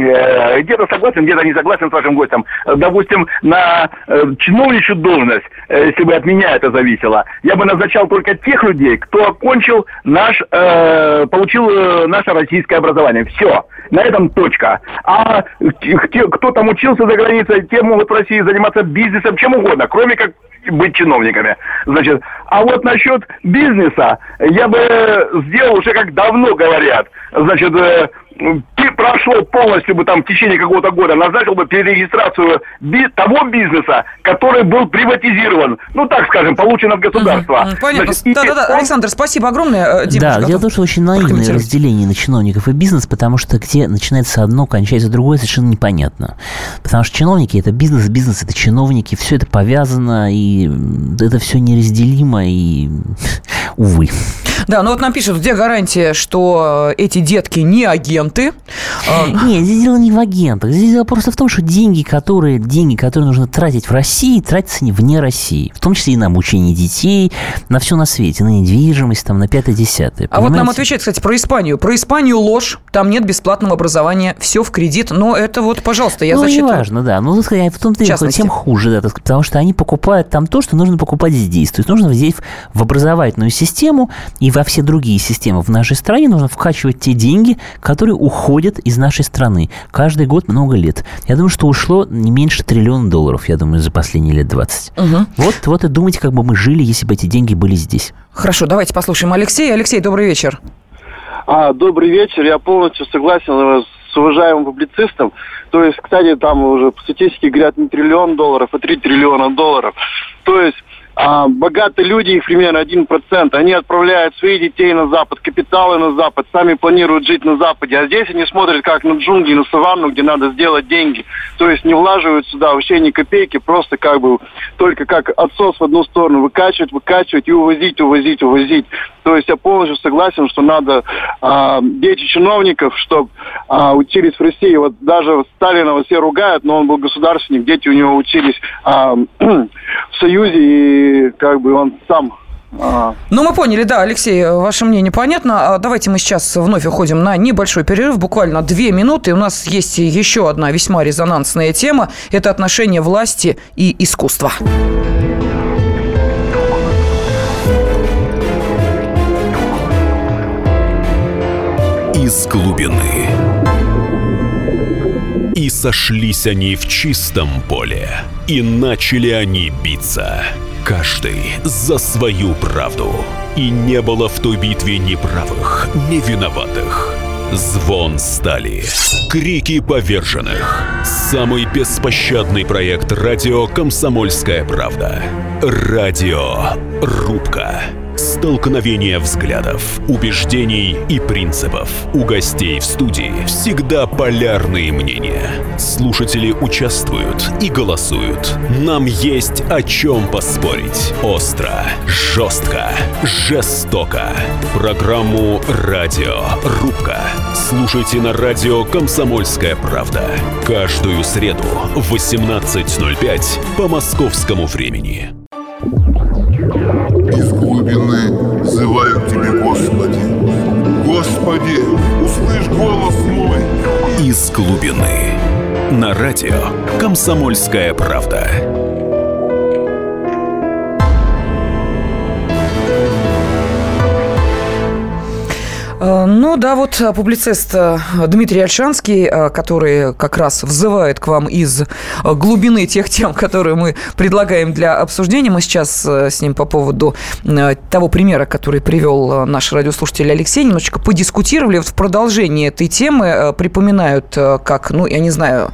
э, где-то согласен, где-то не согласен с вашим гостем. Допустим, на э, чиновничью должность, э, если бы от меня это зависело, я бы назначал только тех людей, кто окончил наш, э, получил э, наше российское образование. Все. На этом точка. А те, кто там учился за границей, те могут в России заниматься бизнесом, чем угодно, кроме как быть чиновниками. Значит, а вот насчет бизнеса я бы сделал уже, как давно говорят, значит, прошло полностью бы там в течение какого-то года, назначил бы перерегистрацию би- того бизнеса, который был приватизирован, ну, так скажем, получен от государства. Mm-hmm. Понятно. Значит, Да-да-да, он... Александр, спасибо огромное. Дима, да, дело в том, что очень наивное разделение на чиновников и бизнес, потому что где начинается одно, кончается другое, совершенно непонятно. Потому что чиновники – это бизнес, бизнес – это чиновники, все это повязано, и это все неразделимо, и увы. Да, ну вот нам пишут, где гарантия, что эти детки не агенты? Нет, здесь дело не в агентах. Здесь дело просто в том, что деньги, которые, деньги, которые нужно тратить в России, тратятся не вне России. В том числе и на обучение детей, на все на свете, на недвижимость, там, на пятое-десятое. А вот нам отвечают, кстати, про Испанию. Про Испанию ложь, там нет бесплатного образования, все в кредит. Но это вот, пожалуйста, я ну, засчитываю. Ну, неважно, да. Ну, в том-то и тем хуже, да, потому что они покупают там то, что нужно покупать здесь. То есть нужно здесь в образовательную систему и во все другие системы в нашей стране нужно вкачивать те деньги, которые уходят из нашей страны. Каждый год много лет. Я думаю, что ушло не меньше триллиона долларов, я думаю, за последние лет двадцать. Угу. Вот, вот и думайте, как бы мы жили, если бы эти деньги были здесь. Хорошо, давайте послушаем Алексея. Алексей, добрый вечер. А, добрый вечер. Я полностью согласен с уважаемым публицистом. То есть, кстати, там уже по статистике говорят не триллион долларов, а три триллиона долларов. То есть А богатые люди, их примерно один процент, они отправляют своих детей на Запад, капиталы на Запад, сами планируют жить на Западе. А здесь они смотрят как на джунгли, на саванну, где надо сделать деньги. То есть не влаживают сюда вообще ни копейки, просто как бы только как отсос в одну сторону выкачивать, выкачивать и увозить, увозить, увозить. То есть я полностью согласен, что надо а, дети чиновников, чтобы а, учились в России. Вот даже Сталина все ругают, но он был государственник, дети у него учились а, в Союзе, и как бы он сам... А... Ну, мы поняли, да, Алексей, ваше мнение понятно. Давайте мы сейчас вновь уходим на небольшой перерыв, буквально две минуты. У нас есть еще одна весьма резонансная тема. Это отношения власти и искусства. Из глубины. И сошлись они в чистом поле, и начали они биться, каждый за свою правду. И не было в той битве ни правых, ни виноватых. Звон стали, крики поверженных. Самый беспощадный проект радио «Комсомольская правда». Радио «Рубка». С Столкновение взглядов, убеждений и принципов. У гостей в студии всегда полярные мнения. Слушатели участвуют и голосуют. Нам есть о чем поспорить. Остро, жестко, жестоко. Программу «Радио Рубка» слушайте на радио «Комсомольская правда». Каждую среду в восемнадцать ноль пять по московскому времени. Из глубины взываю к Тебе, Господи. Господи, услышь голос мой. Из глубины. На радио «Комсомольская правда». Ну да, вот публицист Дмитрий Ольшанский, который как раз взывает к вам из глубины тех тем, которые мы предлагаем для обсуждения. Мы сейчас с ним по поводу того примера, который привел наш радиослушатель Алексей, немножечко подискутировали. Вот в продолжении этой темы припоминают, как, ну, я не знаю...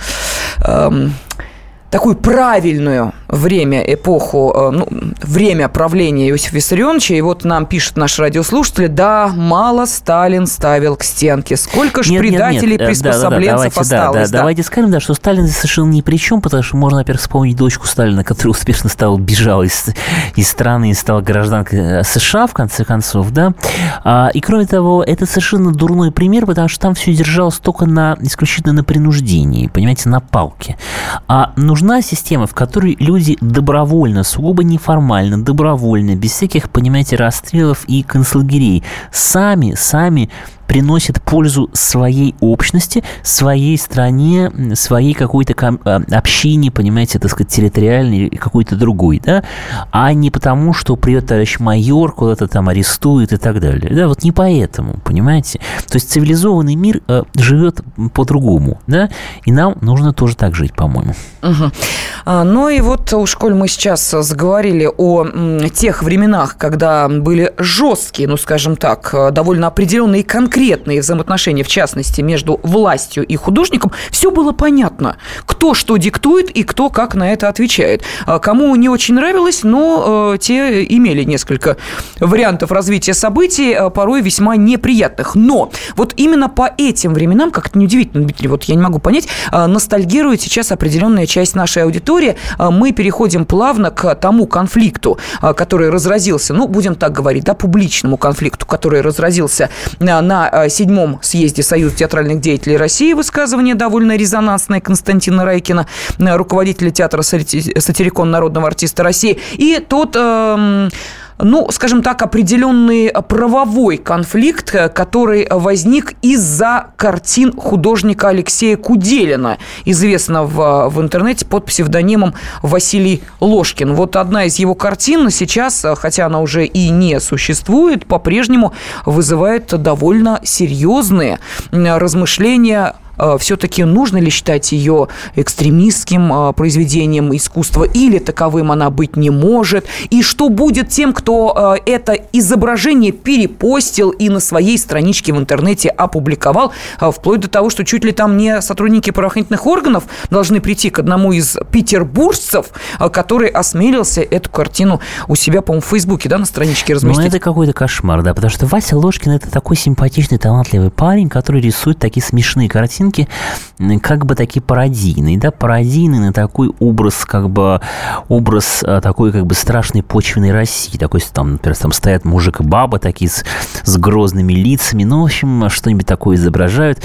Эм, такую правильную время, эпоху, ну, время правления Иосифа Виссарионовича. И вот нам пишет наш радиослушатель: да, мало Сталин ставил к стенке. Сколько ж нет, предателей, нет, нет. приспособленцев да, да, да, осталось. Да, да, да. Давайте скажем, да, что Сталин здесь совершенно ни при чем, потому что можно, во-первых, вспомнить дочку Сталина, которая успешно стала, бежала из, из страны и стала гражданкой США, в конце концов, да. А, и, кроме того, это совершенно дурной пример, потому что там все держалось только на, исключительно на принуждении, понимаете, на палке. А нужно система, в которой люди добровольно, сугубо неформально, добровольно, без всяких, понимаете, расстрелов и концлагерей, сами, сами приносит пользу своей общности, своей стране, своей какой-то общине, понимаете, так сказать, территориальной или какой-то другой, да, а не потому, что придет товарищ майор, куда-то там арестует и так далее. Да, вот не поэтому, понимаете. То есть цивилизованный мир э, живет по-другому, да, и нам нужно тоже так жить, по-моему. Угу. А, ну и вот уж коль мы сейчас заговорили о м, тех временах, когда были жесткие, ну, скажем так, довольно определенные и конкретные конкретные взаимоотношения, в частности, между властью и художником, все было понятно. Кто что диктует и кто как на это отвечает. Кому не очень нравилось, но э, те имели несколько вариантов развития событий, порой весьма неприятных. Но вот именно по этим временам, как-то неудивительно, Дмитрий, вот я не могу понять, э, ностальгирует сейчас определенная часть нашей аудитории. Э, мы переходим плавно к тому конфликту, э, который разразился, ну, будем так говорить, да, публичному конфликту, который разразился на, на седьмом съезде Союза театральных деятелей России. Высказывание довольно резонансное Константина Райкина, руководителя театра «Сатирикон», народного артиста России. И тот... Э, ну, скажем так, определенный правовой конфликт, который возник из-за картин художника Алексея Куделина, известного в интернете под псевдонимом Василий Ложкин. Вот одна из его картин сейчас, хотя она уже и не существует, по-прежнему вызывает довольно серьезные размышления. Все-таки нужно ли считать ее экстремистским произведением искусства, или таковым она быть не может, и что будет тем, кто это изображение перепостил и на своей страничке в интернете опубликовал, вплоть до того, что чуть ли там не сотрудники правоохранительных органов должны прийти к одному из петербуржцев, который осмелился эту картину у себя, по-моему, в Фейсбуке, да, на страничке разместить. Ну, это какой-то кошмар, да, потому что Вася Ложкин – это такой симпатичный, талантливый парень, который рисует такие смешные картины, как бы такие пародийные, да, пародийные на такой образ, как бы, образ такой, как бы, страшной почвенной России. Такой, там, например, там стоят мужик и баба такие с, с грозными лицами, ну, в общем, что-нибудь такое изображают.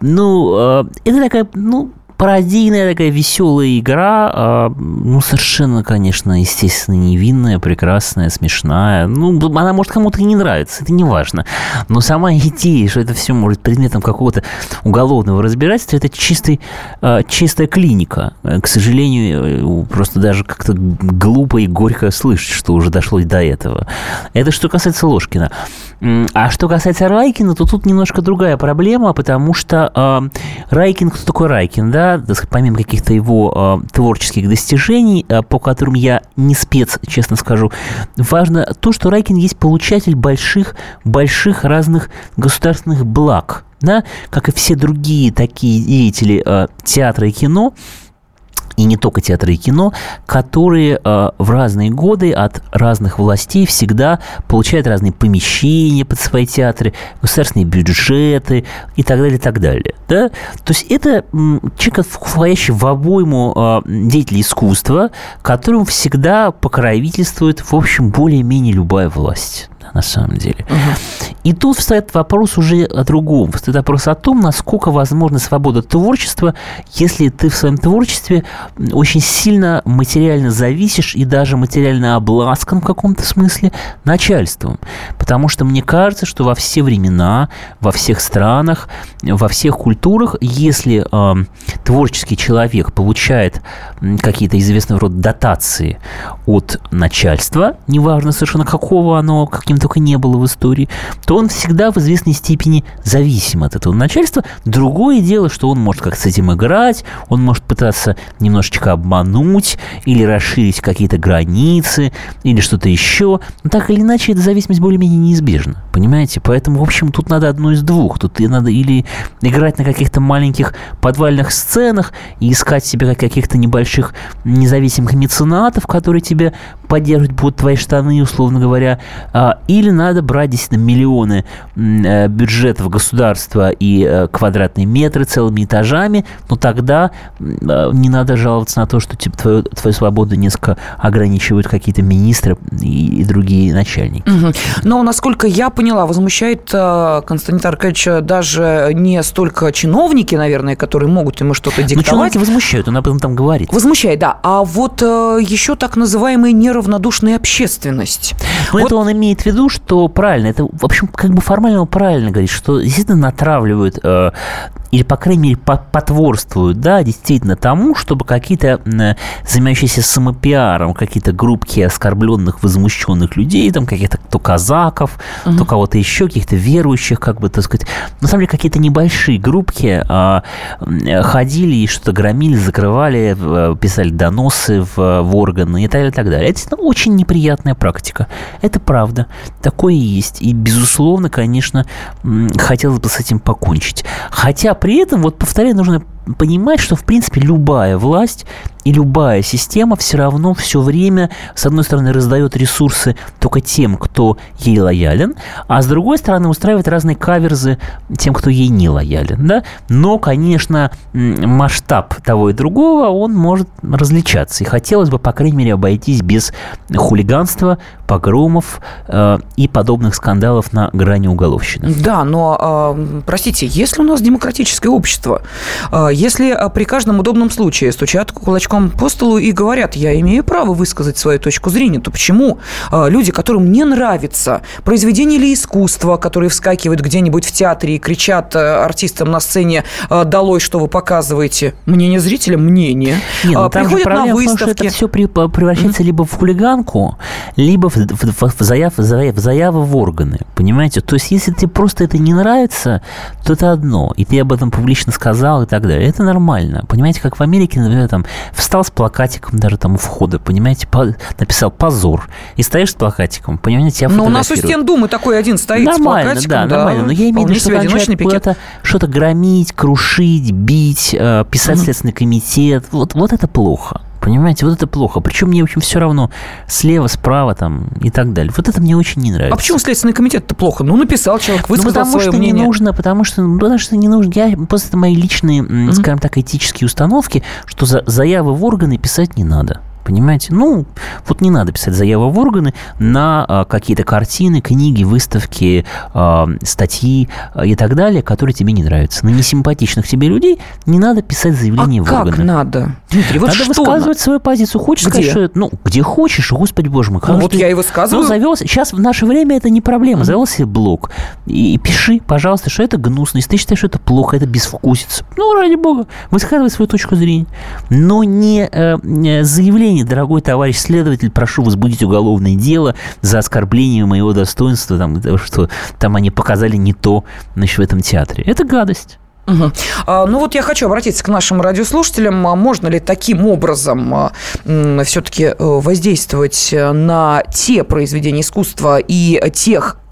Ну, это такая, ну, пародийная такая веселая игра, ну, совершенно, конечно, естественно, невинная, прекрасная, смешная. Ну, она, может, кому-то и не нравится, это не важно. Но сама идея, что это все может быть предметом какого-то уголовного разбирательства, это чистый, чистая клиника. К сожалению, просто даже как-то глупо и горько слышать, что уже дошло до этого. Это что касается Ложкина. А что касается Райкина, то тут немножко другая проблема, потому что Райкин, кто такой Райкин, да? Помимо каких-то его э, творческих достижений, э, по которым я не спец, честно скажу, важно то, что Райкин есть получатель больших, больших разных государственных благ, да, как и все другие такие деятели э, театра и кино. и не только театры и кино, которые э, в разные годы от разных властей всегда получают разные помещения под свои театры, государственные бюджеты и так далее, и так далее. Да? То есть это м, человек, входящий в обойму э, деятелей искусства, которым всегда покровительствует, в общем, более-менее любая власть. На самом деле. Uh-huh. И тут встает вопрос уже о другом. Встает вопрос о том, насколько возможна свобода творчества, если ты в своем творчестве очень сильно материально зависишь и даже материально обласкан в каком-то смысле начальством. Потому что мне кажется, что во все времена, во всех странах, во всех культурах, если э, творческий человек получает какие-то известного рода дотации от начальства, неважно совершенно какого оно, каким только не было в истории, то он всегда в известной степени зависим от этого начальства. Другое дело, что он может как-то с этим играть, он может пытаться немножечко обмануть или расширить какие-то границы, или что-то еще. Но так или иначе, эта зависимость более-менее неизбежна. Понимаете? Поэтому, в общем, тут надо одно из двух. Тут надо или играть на каких-то маленьких подвальных сценах и искать себе каких-то небольших независимых меценатов, которые тебе поддерживать будут твои штаны, условно говоря, или надо брать действительно миллионы бюджетов государства и квадратные метры целыми этажами, но тогда не надо жаловаться на то, что типа, твою, твою свободу несколько ограничивают какие-то министры и, и другие начальники. Угу. Но, насколько я поняла, возмущает Константин Аркадьевич даже не столько чиновники, наверное, которые могут ему что-то диктовать. Ну, чиновники возмущают, он об этом там говорит. Возмущает, да. А вот еще так называемая неравнодушная общественность. Ну, вот... это он имеет в виду, что правильно, это, в общем, как бы формально он правильно говорит, что действительно натравливают э, или, по крайней мере, потворствуют, да, действительно тому, чтобы какие-то э, занимающиеся самопиаром, какие-то группки оскорбленных, возмущенных людей, там каких-то то казаков, uh-huh. то кого-то еще, каких-то верующих, как бы, так сказать, на самом деле какие-то небольшие группки э, ходили и что-то громили, закрывали, э, писали доносы в, в органы и так далее, и так далее. Это ну, очень неприятная практика. Это правда. Такое и есть. И, безусловно, конечно, хотелось бы с этим покончить. Хотя при этом, вот повторяю, нужно понимать, что, в принципе, любая власть и любая система все равно все время, с одной стороны, раздает ресурсы только тем, кто ей лоялен, а с другой стороны, устраивает разные каверзы тем, кто ей не лоялен. Да? Но, конечно, масштаб того и другого, он может различаться. И хотелось бы, по крайней мере, обойтись без хулиганства, погромов э, и подобных скандалов на грани уголовщины. Да, но, э, простите, если у нас демократическое общество, э, если при каждом удобном случае стучат кулачком по столу и говорят, я имею право высказать свою точку зрения, то почему э, люди, которым не нравится произведение или искусство, которые вскакивают где-нибудь в театре и кричат э, артистам на сцене, э, долой, что вы показываете, мнение зрителя, мнение, не, ну, э, приходят на выставки. Это все превращается mm-hmm. либо в хулиганку, либо в, в, в, заяв, в заявы в органы, понимаете? То есть, если тебе просто это не нравится, то это одно, и ты об этом публично сказал и так далее. Это нормально. Понимаете, как в Америке, например, там, встал с плакатиком даже там у входа, понимаете, по, написал «позор», и стоишь с плакатиком, понимаете, тебя фотографируют. Ну, у нас у стен Думы такой один стоит нормально, с плакатиком. Да, да, нормально, но я имею в виду, что начать куда-то что-то громить, крушить, бить, писать uh-huh. Следственный комитет, вот, вот это плохо. Понимаете, вот это плохо. Причем мне, в общем, все равно слева, справа там и так далее. Вот это мне очень не нравится. А почему Следственный комитет-то плохо? Ну, написал человек, высказал ну, потому свое что мнение. Не нужно, потому что, потому что не нужно. Я, просто это мои личные, mm-hmm. скажем так, этические установки, что за заявы в органы писать не надо. Понимаете? Ну, вот не надо писать заявы в органы на а, какие-то картины, книги, выставки, а, статьи а, и так далее, которые тебе не нравятся. На несимпатичных тебе людей не надо писать заявление а в органы. А как надо? Дмитрий, вот надо что высказывать свою позицию. Хочешь где? сказать, что это... Ну, где хочешь, господи боже мой. Ну, вот я и высказываю. Ну, завел... Сейчас в наше время это не проблема. Mm-hmm. Завел себе блог. И, и пиши, пожалуйста, что это гнусно. Если ты считаешь, что это плохо, это безвкусица. Ну, ради бога, высказывай свою точку зрения. Но не э, заявление, дорогой товарищ следователь, прошу возбудить уголовное дело за оскорбление моего достоинства, там, что там они показали не то, значит, в этом театре. Это гадость. Угу. А, ну вот я хочу обратиться к нашим радиослушателям. Можно ли таким образом а, все-таки воздействовать на те произведения искусства и тех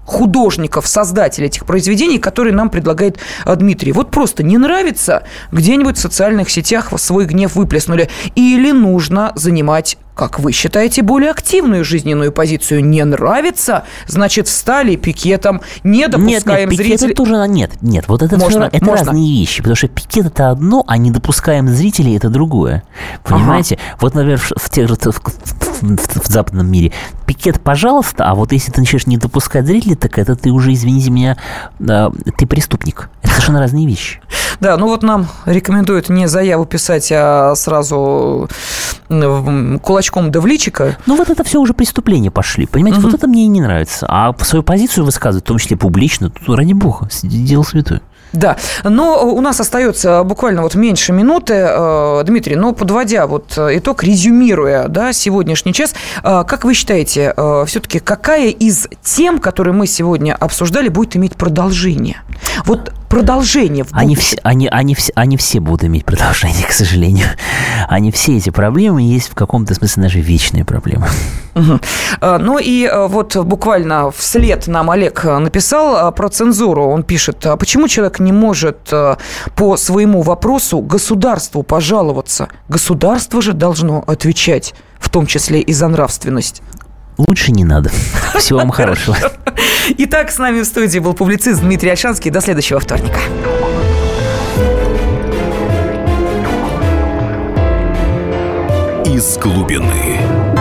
художников, создателей этих произведений, которые нам предлагает Дмитрий. Вот просто не нравится, где-нибудь в социальных сетях свой гнев выплеснули. Или нужно занимать, как вы считаете, более активную жизненную позицию. Не нравится, значит, встали пикетом, не допускаем нет, нет, зрителей. Пикет тоже нет, нет, вот это, можно, все, это можно. разные вещи, потому что пикет это одно, а не допускаем зрителей это другое. Понимаете? Ага. Вот, например, в, тех же, в, в, в, в западном мире пикет, пожалуйста, а вот если ты начнешь не допускать зрителей, так это ты уже, извините меня, ты преступник. Это совершенно разные вещи. Да, ну вот нам рекомендуют не заяву писать, а сразу кулачком да в личико. Ну вот это все уже преступления пошли, понимаете? Угу. Вот это мне и не нравится. А свою позицию высказывать, в том числе публично, тут, ради бога, дело святое. Да, но у нас остается буквально вот меньше минуты, Дмитрий, но подводя вот итог, резюмируя, да, сегодняшний час, как вы считаете, все-таки какая из тем, которые мы сегодня обсуждали, будет иметь продолжение? Вот продолжение в будущем. Они все, они, они, все, они все будут иметь продолжение, к сожалению. Они все эти проблемы есть в каком-то смысле даже вечные проблемы. Угу. Ну и вот буквально вслед нам Олег написал про цензуру. Он пишет, а почему человек не может по своему вопросу государству пожаловаться? Государство же должно отвечать, в том числе и за нравственность. Лучше не надо. Всего вам хорошего. Итак, с нами в студии был публицист Дмитрий Ольшанский. До следующего вторника. Из глубины.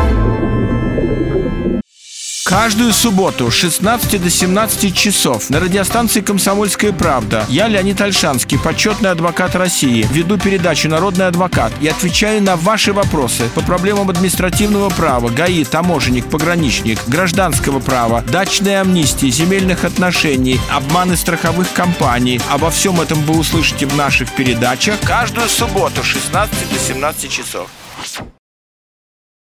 Каждую субботу с шестнадцати до семнадцати часов на радиостанции «Комсомольская правда» я, Леонид Ольшанский, почетный адвокат России, веду передачу «Народный адвокат» и отвечаю на ваши вопросы по проблемам административного права, ГАИ, таможенник, пограничник, гражданского права, дачной амнистии, земельных отношений, обманы страховых компаний. Обо всем этом вы услышите в наших передачах каждую субботу с шестнадцати до семнадцати часов.